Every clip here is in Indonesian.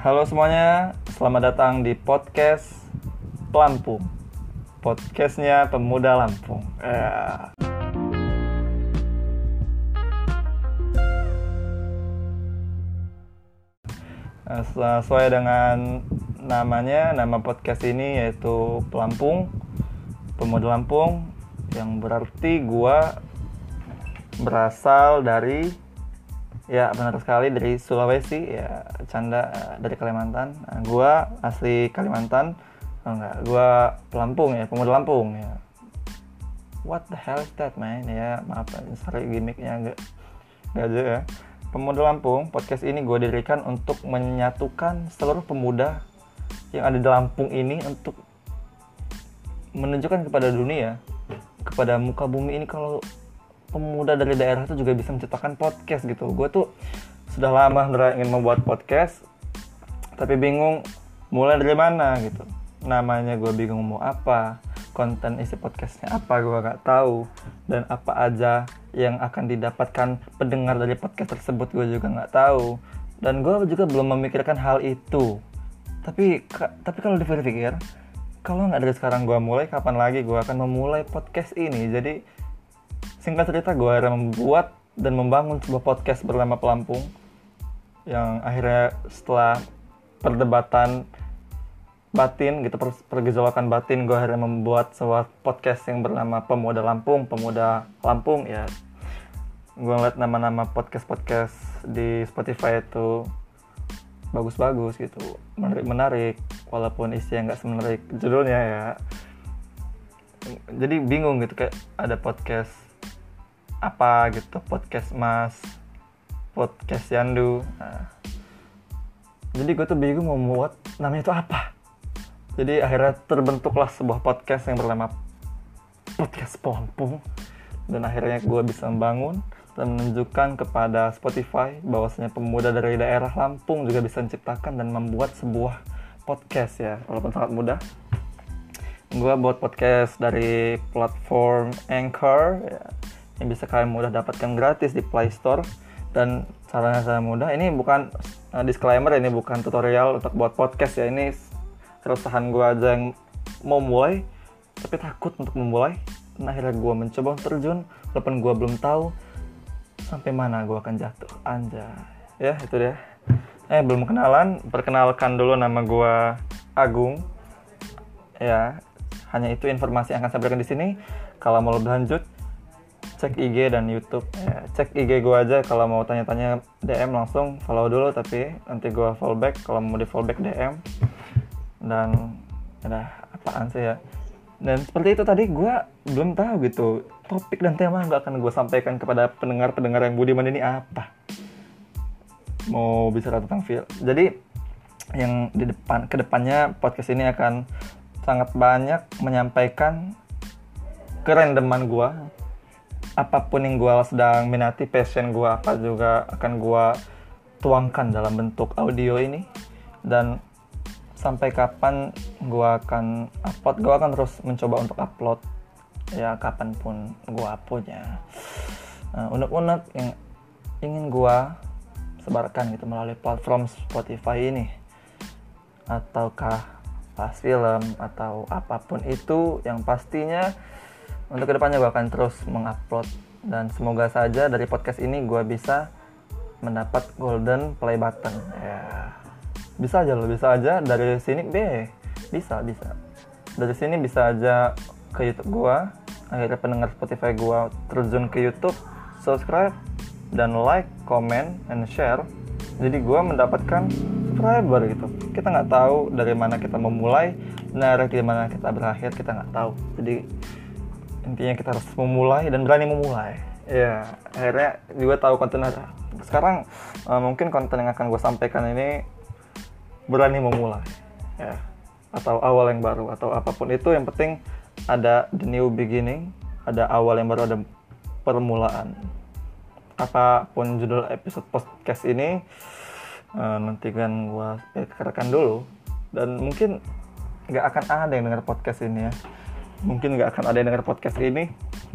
Halo semuanya, selamat datang di podcast Lampung. Podcastnya Pemuda Lampung. Sesuai dengan namanya, nama podcast ini yaitu Pelampung, Pemuda Lampung, yang berarti gua berasal dari, ya benar sekali, dari Sulawesi, ya canda, dari Kalimantan. Gua asli Kalimantan. Gua Pelampung ya, Pemuda Lampung ya. What the hell is that, man? Ya maaf, sorry gimmicknya agak aja ya. Pemuda Lampung, podcast ini gue dirikan untuk menyatukan seluruh pemuda yang ada di Lampung ini untuk menunjukkan kepada dunia, kepada muka bumi ini, kalau pemuda dari daerah itu juga bisa menciptakan podcast gitu. Gue tuh sudah lama ingin membuat podcast, tapi bingung mulai dari mana gitu. Namanya gue bingung mau apa, konten isi podcastnya apa gue gak tahu, dan apa aja yang akan didapatkan pendengar dari podcast tersebut gue juga gak tahu. Dan gue juga belum memikirkan hal itu. Tapi kalau dipikir, kalau gak dari sekarang gue mulai, kapan lagi gue akan memulai podcast ini. Jadi singkat cerita, gue akhirnya membuat dan membangun sebuah podcast bernama Pelampung, yang akhirnya setelah perdebatan batin gitu, pergejolakan batin, gue akhirnya membuat sebuah podcast yang bernama Pemuda Lampung ya. Gue ngeliat nama-nama podcast di Spotify itu bagus-bagus gitu, menarik, walaupun isinya nggak semenarik judulnya ya. Jadi bingung gitu, kayak ada podcast apa gitu, podcast Mas, podcast Yandu. Jadi gue tuh bingung mau membuat namanya itu apa. Jadi akhirnya terbentuklah sebuah podcast yang bernama Podcast Pelampung. Dan akhirnya gue bisa membangun dan menunjukkan kepada Spotify bahwasanya pemuda dari daerah Lampung juga bisa menciptakan dan membuat sebuah podcast ya, walaupun sangat mudah. Gue buat podcast dari platform Anchor ya, yang bisa kalian mudah dapatkan gratis di Play Store. Dan caranya sangat mudah. Ini bukan disclaimer, ini bukan tutorial untuk buat podcast ya. Ini keresahan gue aja yang mau mulai tapi takut untuk memulai. Dan akhirnya gue mencoba terjun walaupun gue belum tahu sampai mana gue akan jatuh. Anjay. Ya itu dia. Belum kenalan. Perkenalkan dulu, nama gue Agung. Ya, hanya itu informasi yang akan saya berikan di sini. Kalau mau lebih lanjut, cek IG dan YouTube. Ya, cek IG gue aja. Kalau mau tanya-tanya DM langsung follow dulu, tapi nanti gue follow back kalau mau di follow back DM. Dan apaan sih ya. Dan seperti itu tadi, gue belum tahu gitu topik dan tema yang akan gue sampaikan kepada pendengar-pendengar yang budiman ini apa. Mau bicara tentang film. Jadi yang kedepannya podcast ini akan sangat banyak menyampaikan kerandoman gue. Apapun yang gue sedang minati, passion gue apa juga akan gue tuangkan dalam bentuk audio ini. Dan sampai kapan gue akan upload, gue akan terus mencoba untuk upload ya, kapanpun gue punya unek-unek yang ingin gue sebarkan gitu melalui platform Spotify ini, ataukah pas film atau apapun itu. Yang pastinya untuk kedepannya gue akan terus mengupload, dan semoga saja dari podcast ini gue bisa mendapat golden play button ya. Bisa aja dari sini bisa dari sini bisa aja ke YouTube gua. Akhirnya pendengar Spotify gua terjun ke YouTube, subscribe dan like, comment and share. Jadi gua mendapatkan subscriber gitu. Kita nggak tahu dari mana kita memulai, dari mana kita berakhir, kita nggak tahu. Jadi intinya kita harus memulai dan berani memulai. Ya, akhirnya juga tahu konten ada. Sekarang mungkin konten yang akan gue sampaikan ini berani memulai ya, atau awal yang baru, atau apapun itu, yang penting ada the new beginning, ada awal yang baru, ada permulaan. Apapun judul episode podcast ini, nanti kan gue pikirkan dulu. Dan mungkin gak akan ada yang dengar podcast ini ya,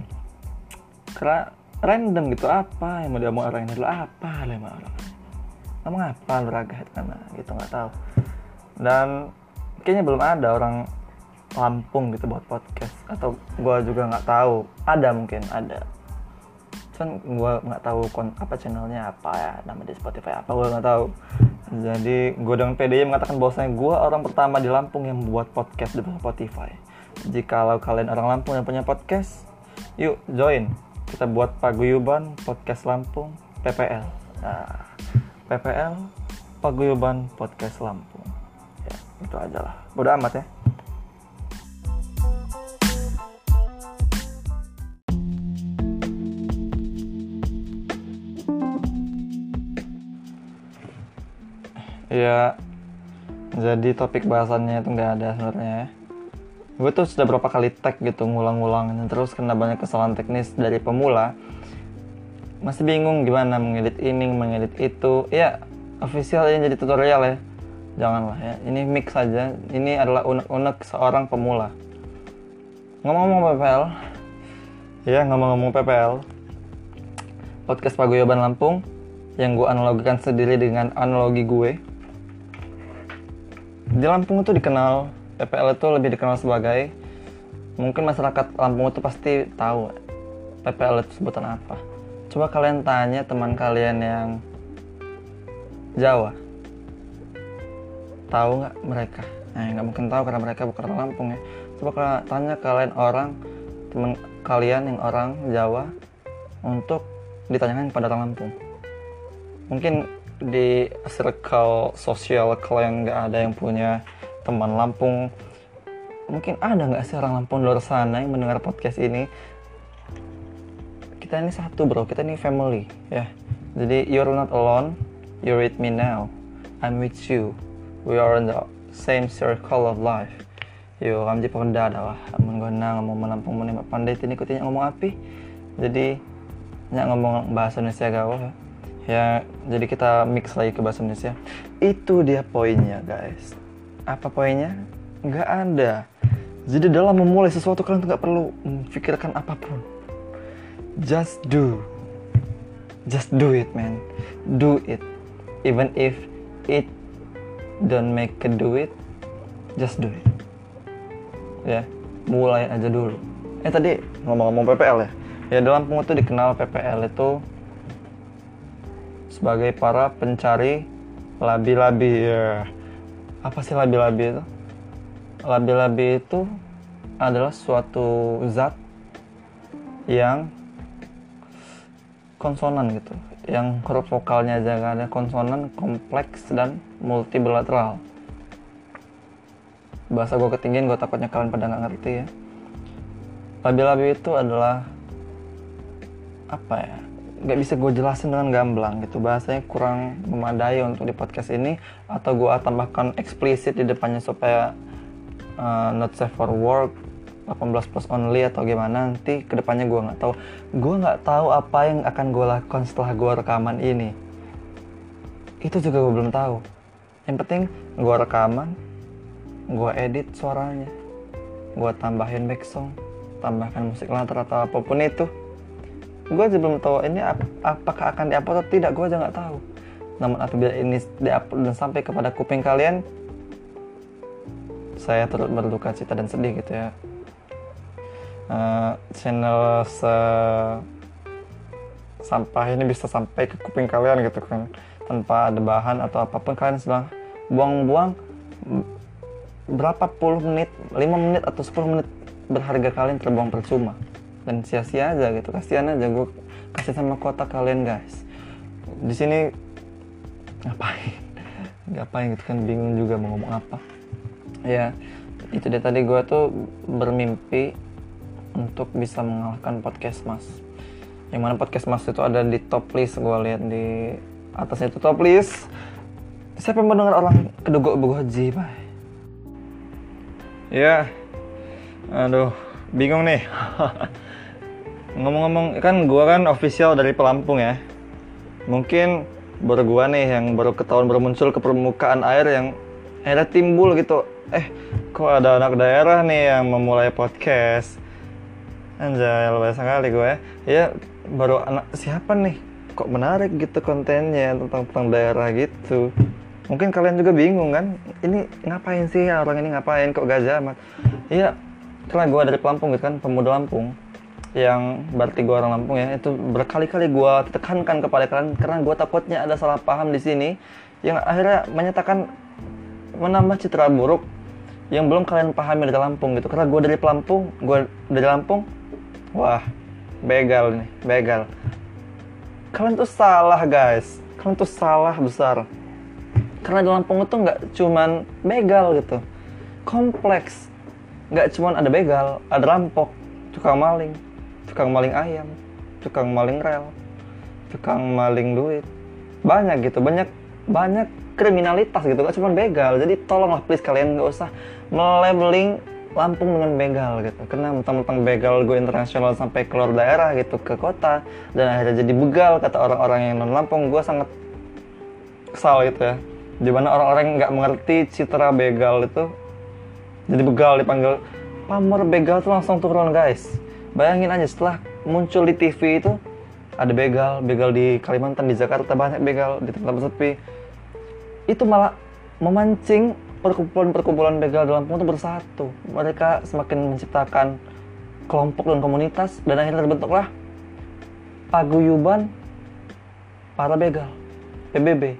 karena random gitu. Apa yang mau dia mau orang ini dulu, apa lah orang. ngomong apa lu Raga karena gitu nggak tahu. Dan kayaknya belum ada orang Lampung gitu buat podcast, atau gue juga nggak tahu, ada mungkin ada, cuman gue nggak tahu apa channelnya apa ya, nama di Spotify apa gue nggak tahu. Jadi gue dengan PDI mengatakan bahwasanya gue orang pertama di Lampung yang membuat podcast di Spotify. Jikalau kalian orang Lampung yang punya podcast, yuk join, kita buat paguyuban podcast Lampung PPL. Nah, PPL paguyuban podcast Lampung. Ya, itu aja lah. Bodo amat ya. Ya, jadi topik bahasannya itu nggak ada sebenarnya. Gue tuh sudah berapa kali tag gitu, ngulang-ngulang, terus kena banyak kesalahan teknis dari pemula. Masih bingung gimana mengedit ini, mengedit itu. Ya, official yang jadi tutorial ya. Janganlah ya. Ini mix saja. Ini adalah unek-unek seorang pemula. Ngomong-ngomong PPL. Ya, ngomong-ngomong PPL. Podcast Paguyuban Lampung yang gue analogikan sendiri dengan analogi gue. Di Lampung itu dikenal, PPL itu lebih dikenal sebagai, mungkin masyarakat Lampung itu pasti tahu PPL itu sebutan apa. Coba kalian tanya teman kalian yang Jawa, tahu nggak mereka? Nah, nggak mungkin tahu karena mereka bukan orang Lampung ya. Coba tanya kalian teman kalian yang orang Jawa untuk ditanyakan kepada orang Lampung. Mungkin di circle sosial kalian nggak ada yang punya teman Lampung. Mungkin ada nggak sih orang Lampung di luar sana yang mendengar podcast ini? Kita ini satu bro, kita ini family ya. Jadi you're not alone, you're with me now, I'm with you, we are in the same circle of life. Yo kamji pekerda dah lah, amun gona ngomong Lampung muni pandai tini kutinya ngomong api. Jadi nyak ngomong bahasa Indonesia gawe ya, jadi kita mix lagi ke bahasa Indonesia. Itu dia poinnya guys. Apa poinnya? Nggak ada. Jadi dalam memulai sesuatu kalian tuh nggak perlu memikirkan apapun. Just do it man. Do it. Even if it don't make it do it, just do it. Ya, mulai aja dulu. Tadi ngomong-ngomong PPL ya. Ya dalam Lampung itu dikenal PPL itu sebagai para pencari labi-labi ya. Apa sih labi-labi itu? Labi-labi itu adalah suatu zat yang konsonan gitu, yang huruf vokalnya aja nggak ada, konsonan, kompleks dan multilateral. Bahasa gue ketinggian, gue takutnya kalian pada nggak ngerti ya. Labi-labi itu adalah apa ya? Nggak bisa gue jelasin dengan gamblang gitu, bahasanya kurang memadai untuk di podcast ini, atau gue tambahkan eksplisit di depannya supaya not safe for work, 18+ only atau gimana nanti kedepannya gue nggak tahu apa yang akan gue lakukan setelah gue rekaman ini. Itu juga gue belum tahu. Yang penting gue rekaman, gue edit suaranya, gue tambahin back song, tambahkan musik latar atau apapun itu. Gue aja belum tahu ini apakah akan diupload atau tidak, gue aja nggak tahu. Namun apabila ini diupload dan sampai kepada kuping kalian, saya turut berduka cita dan sedih gitu ya. Channel sampah ini bisa sampai ke kuping kalian gitu kan, tanpa ada bahan atau apapun. Kalian sedang buang-buang berapa puluh menit, 5 menit atau 10 menit berharga kalian terbuang percuma. Dan sia-sia aja gitu, kasihan aja gue kasih sama kota kalian guys. Di sini ngapain gitu kan, bingung juga mau ngomong apa. Ya itu dia, tadi gue tuh bermimpi untuk bisa mengalahkan podcast mas. Yang mana podcast mas itu ada di top list, gue lihat di atasnya itu top list. Siapa yang mendengar orang kedogok begoji pak? Ya, aduh bingung nih. Ngomong-ngomong kan gue kan official dari Pelampung ya. Mungkin baru gue nih yang baru ketahuan baru muncul ke permukaan air, yang akhirnya timbul gitu. Kok ada anak daerah nih yang memulai podcast. Anjay, luar biasa kali gue ya. Ya baru anak siapa nih? kok menarik gitu kontennya tentang daerah gitu. Mungkin kalian juga bingung kan, ini ngapain sih orang ini, ngapain kok gajah amat. Iya, karena gue dari Lampung gitu kan, pemuda Lampung, yang berarti gue orang Lampung ya. Itu berkali-kali gue tekankan kepada kalian karena gue takutnya ada salah paham di sini yang akhirnya menyatakan menambah citra buruk yang belum kalian pahami dari Lampung gitu. Karena gue dari Lampung, wah begal nih, begal. Kalian tuh salah guys, kalian tuh salah besar. Karena di Lampung itu nggak cuman begal gitu, kompleks. Nggak cuman ada begal, ada rampok, tukang maling ayam, tukang maling rel, tukang maling duit, banyak gitu, banyak kriminalitas gitu, nggak cuman begal. Jadi tolonglah please kalian nggak usah melabeling Lampung dengan begal gitu, karena mentang-mentang begal gue internasional sampai keluar daerah gitu ke kota dan akhirnya jadi begal kata orang-orang yang non Lampung. Gue sangat kesal gitu ya, dimana orang-orang yang nggak mengerti citra begal itu jadi begal, dipanggil pamor begal tuh langsung turun guys. Bayangin aja setelah muncul di TV itu ada begal di Kalimantan, di Jakarta banyak begal, di tempat sepi itu malah memancing perkumpulan begal di Lampung itu bersatu. Mereka semakin menciptakan kelompok dan komunitas dan akhirnya terbentuklah paguyuban para begal, PBB,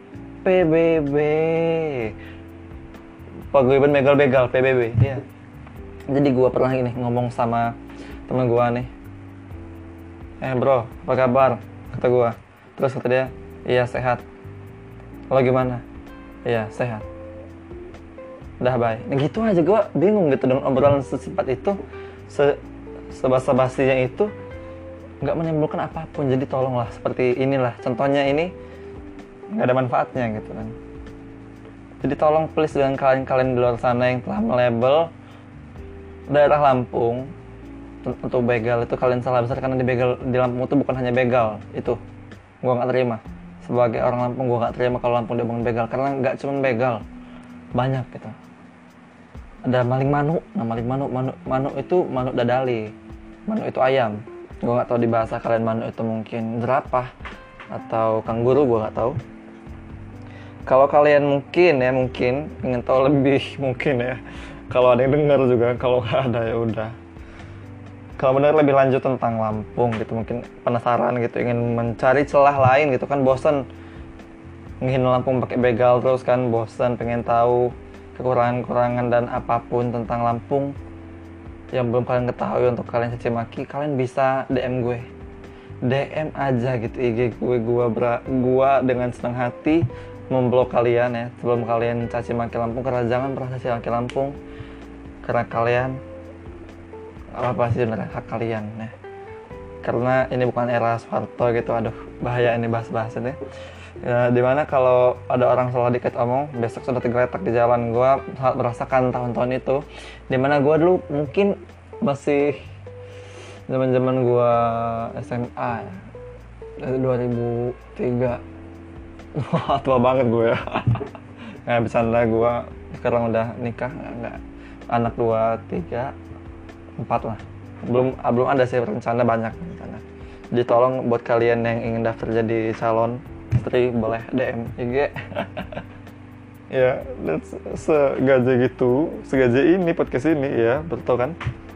paguyuban begal PBB ya. Jadi gue pernah ini ngomong sama temen gue nih, bro apa kabar, kata gue. Terus kata dia, iya sehat, lo gimana? Iya sehat, udah bye. Nah gitu aja. Gue bingung gitu dengan obrolan sesifat itu, sebasa-basinya itu nggak menimbulkan apapun. Jadi tolonglah, seperti inilah contohnya, ini nggak ada manfaatnya gitu kan. Jadi tolong please dengan kalian di luar sana yang telah melabel daerah Lampung untuk begal itu, kalian salah besar. Karena di Lampung itu bukan hanya begal, itu gue nggak terima. Sebagai orang Lampung gue nggak terima kalau Lampung diomongin begal, karena nggak cuma begal, banyak gitu. Ada maling manuk. Nah manuk itu manuk dadali, manuk itu ayam. Gue nggak tahu di bahasa kalian manuk itu mungkin jerapah atau kangguru, gue nggak tahu. Kalau kalian mungkin ingin tahu lebih, mungkin ya, kalau ada yang dengar juga, kalau nggak ada ya udah. Kalau benar lebih lanjut tentang Lampung gitu, mungkin penasaran gitu, ingin mencari celah lain gitu kan, bosan ngehina Lampung pakai begal terus kan, bosan pengen tahu kekurangan dan apapun tentang Lampung yang belum kalian ketahui untuk kalian caci maki, kalian bisa DM gue, DM aja gitu IG gue. Gua dengan senang hati memblok kalian ya sebelum kalian caci maki Lampung. Karena jangan pernah caci maki Lampung, karena kalian apa sih sebenarnya hak kalian ya. Karena ini bukan era Soeharto gitu, aduh bahaya ini bahas-bahas ini ya, dimana kalau ada orang salah dikit omong besok sudah tergeletak di jalan. Gue sangat merasakan tahun-tahun itu, dimana gue dulu mungkin masih zaman gue SMA ya, 2003. Wah tua banget gue ya. Nggak bercanda, gue sekarang udah nikah, nggak anak 2, 3, 4 lah. Belum ada sih rencana, banyak rencana. Jadi tolong buat kalian yang ingin daftar jadi calon istri boleh DM IG. Ya, segaje ini podcast ini ya, betul kan?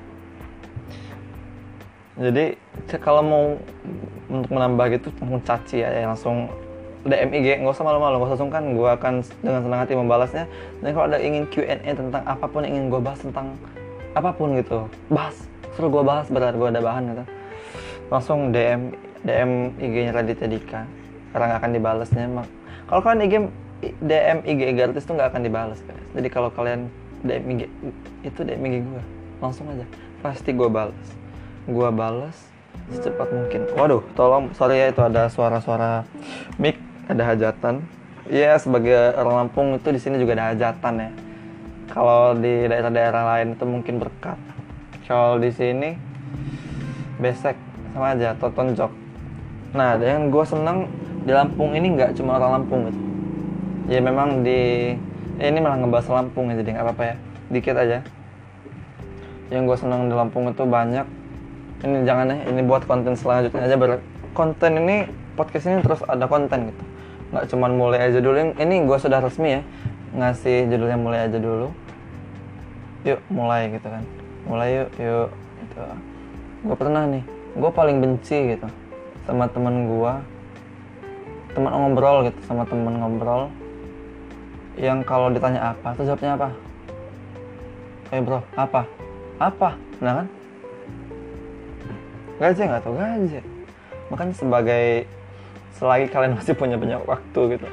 Jadi kalau mau untuk menambah gitu langsung caci ya, langsung DM IG, nggak usah malu-malu, nggak usah sungkan. Gue akan dengan senang hati membalasnya. Dan kalau ada ingin Q&A tentang apapun yang ingin gue bahas tentang apapun gitu, suruh gue bahas, benar gue ada bahan gitu, langsung DM IG-nya Raditya Dika, karena nggak akan dibalasnya. Kalau kalian DM IG artis tuh nggak akan dibalas guys. Jadi kalau kalian DM IG itu DM IG gue, langsung aja, pasti gue balas secepat mungkin. Waduh, tolong sorry ya, itu ada suara-suara mic, ada hajatan. Iya, sebagai orang Lampung itu di sini juga ada hajatan ya. Kalau di daerah-daerah lain itu mungkin berkat. Kalau di sini besek sama aja, tonjok. Nah, yang gue seneng di Lampung ini nggak cuma orang Lampung gitu. Ya memang ini malah ngebahas Lampung ya, jadi nggak apa-apa ya, dikit aja. Yang gue seneng di Lampung itu banyak. Ini jangan ya, ini buat konten selanjutnya aja konten ini, podcast ini terus ada konten gitu. Nggak cuman mulai aja dulu. Ini gue sudah resmi ya ngasih judulnya mulai aja dulu. Yuk mulai gitu kan. Mulai yuk gitu. Gue pernah nih, gue paling benci gitu sama teman ngobrol gitu, sama teman ngobrol yang kalau ditanya apa tuh jawabnya apa? Bro, apa? Nah kan? Gaje nggak tuh gaje. Makanya selagi kalian masih punya banyak waktu gitu,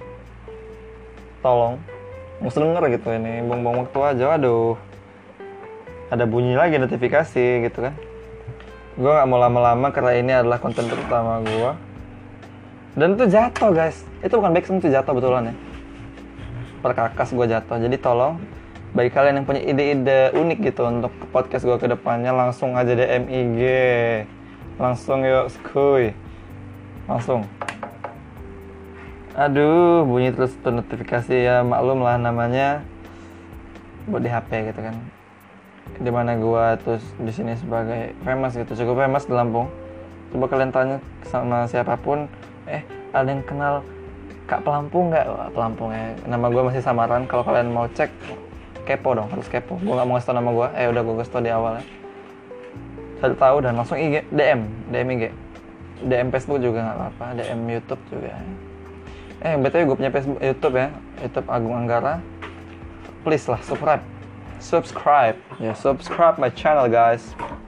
tolong nggak usah denger gitu ini, buang-buang waktu aja. Aduh, ada bunyi lagi notifikasi gitu kan. Gue nggak mau lama-lama karena ini adalah konten pertama gue. Dan itu jatuh guys, itu bukan backsound, itu jatuh betulan ya. Perkakas gue jatuh. Jadi tolong bagi kalian yang punya ide-ide unik gitu untuk podcast gue ke depannya, langsung aja DM IG. Langsung yuk skuy. Langsung. Aduh, bunyi terus tuh notifikasi ya, maklum lah namanya buat di HP gitu kan. Dimana gue terus di sini sebagai famous gitu, cukup famous di Lampung. Coba kalian tanya sama siapapun, ada yang kenal Kak Pelampung nggak? Wah, Pelampung ya. Nama gue masih samaran. Kalau kalian mau cek, kepo dong, harus kepo. Gue nggak mau ngasih tau nama gue. Udah gue kasih tau di awal ya. Saya tahu dan langsung IG, DM IG, DM Facebook juga nggak apa-apa, DM YouTube juga. BTW gue punya Facebook, YouTube ya, YouTube Agung Anggara. Please lah subscribe my channel guys.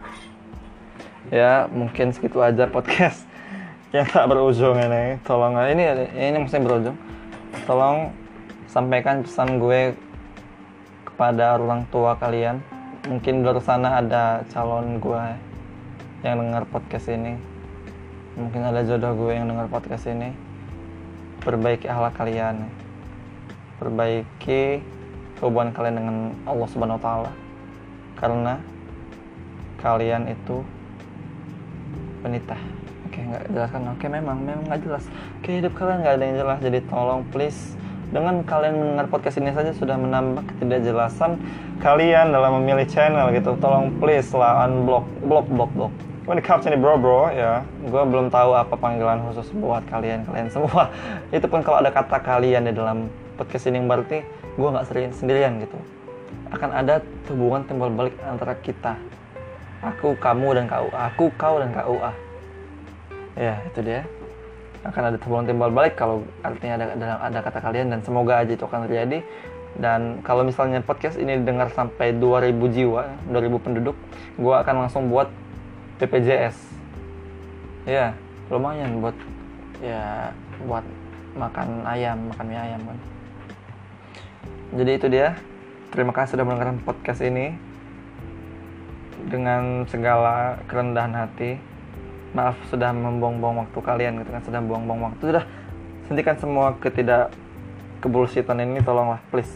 Ya mungkin segitu aja podcast yang tak berujung ini. Tolong ini maksudnya berujung. Tolong sampaikan pesan gue kepada orang tua kalian. Mungkin di luar sana ada calon gue yang dengar podcast ini. Mungkin ada jodoh gue yang dengar podcast ini. Perbaiki akhlak kalian. Perbaiki hubungan kalian dengan Allah Subhanahu wa taala. Karena kalian itu penitah. Nggak jelaskan. Memang nggak jelas. Hidup kalian nggak ada yang jelas. Jadi tolong please, dengan kalian mendengar podcast ini saja sudah menambah ketidakjelasan kalian dalam memilih channel gitu. Tolong please lah unblock, block. When it comes to ini bro ya, gue belum tahu apa panggilan khusus buat kalian semua. Itu pun kalau ada kata kalian di dalam podcast ini berarti gue nggak sendirian gitu. Akan ada hubungan timbal balik antara kita. Aku, kamu dan kau. Aku, kau dan KUA. Ya itu dia, akan ada hubungan timbal balik kalau artinya ada kata kalian, dan semoga aja itu akan terjadi. Dan kalau misalnya podcast ini didengar sampai 2000 jiwa, 2000 penduduk, gue akan langsung buat BPJS. Ya lumayan buat makan mie ayam kan. Jadi itu dia, terima kasih sudah mendengarkan podcast ini dengan segala kerendahan hati. Maaf sudah membuang-buang waktu kalian gitu kan, sudah buang-buang waktu, sudah hentikan semua kebullshitan ini, tolonglah please.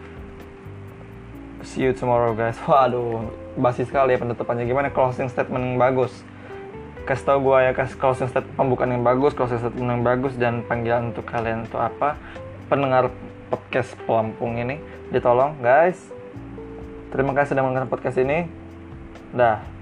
See you tomorrow guys. Waduh, basi sekali ya penutupannya. Gimana closing statement yang bagus? Kasih tau gue ya, closing statement pembukaan yang bagus, closing statement yang bagus, dan panggilan untuk kalian itu apa? Pendengar podcast Pelampung ini, ditolong guys. Terima kasih sudah mendengarkan podcast ini. Dah.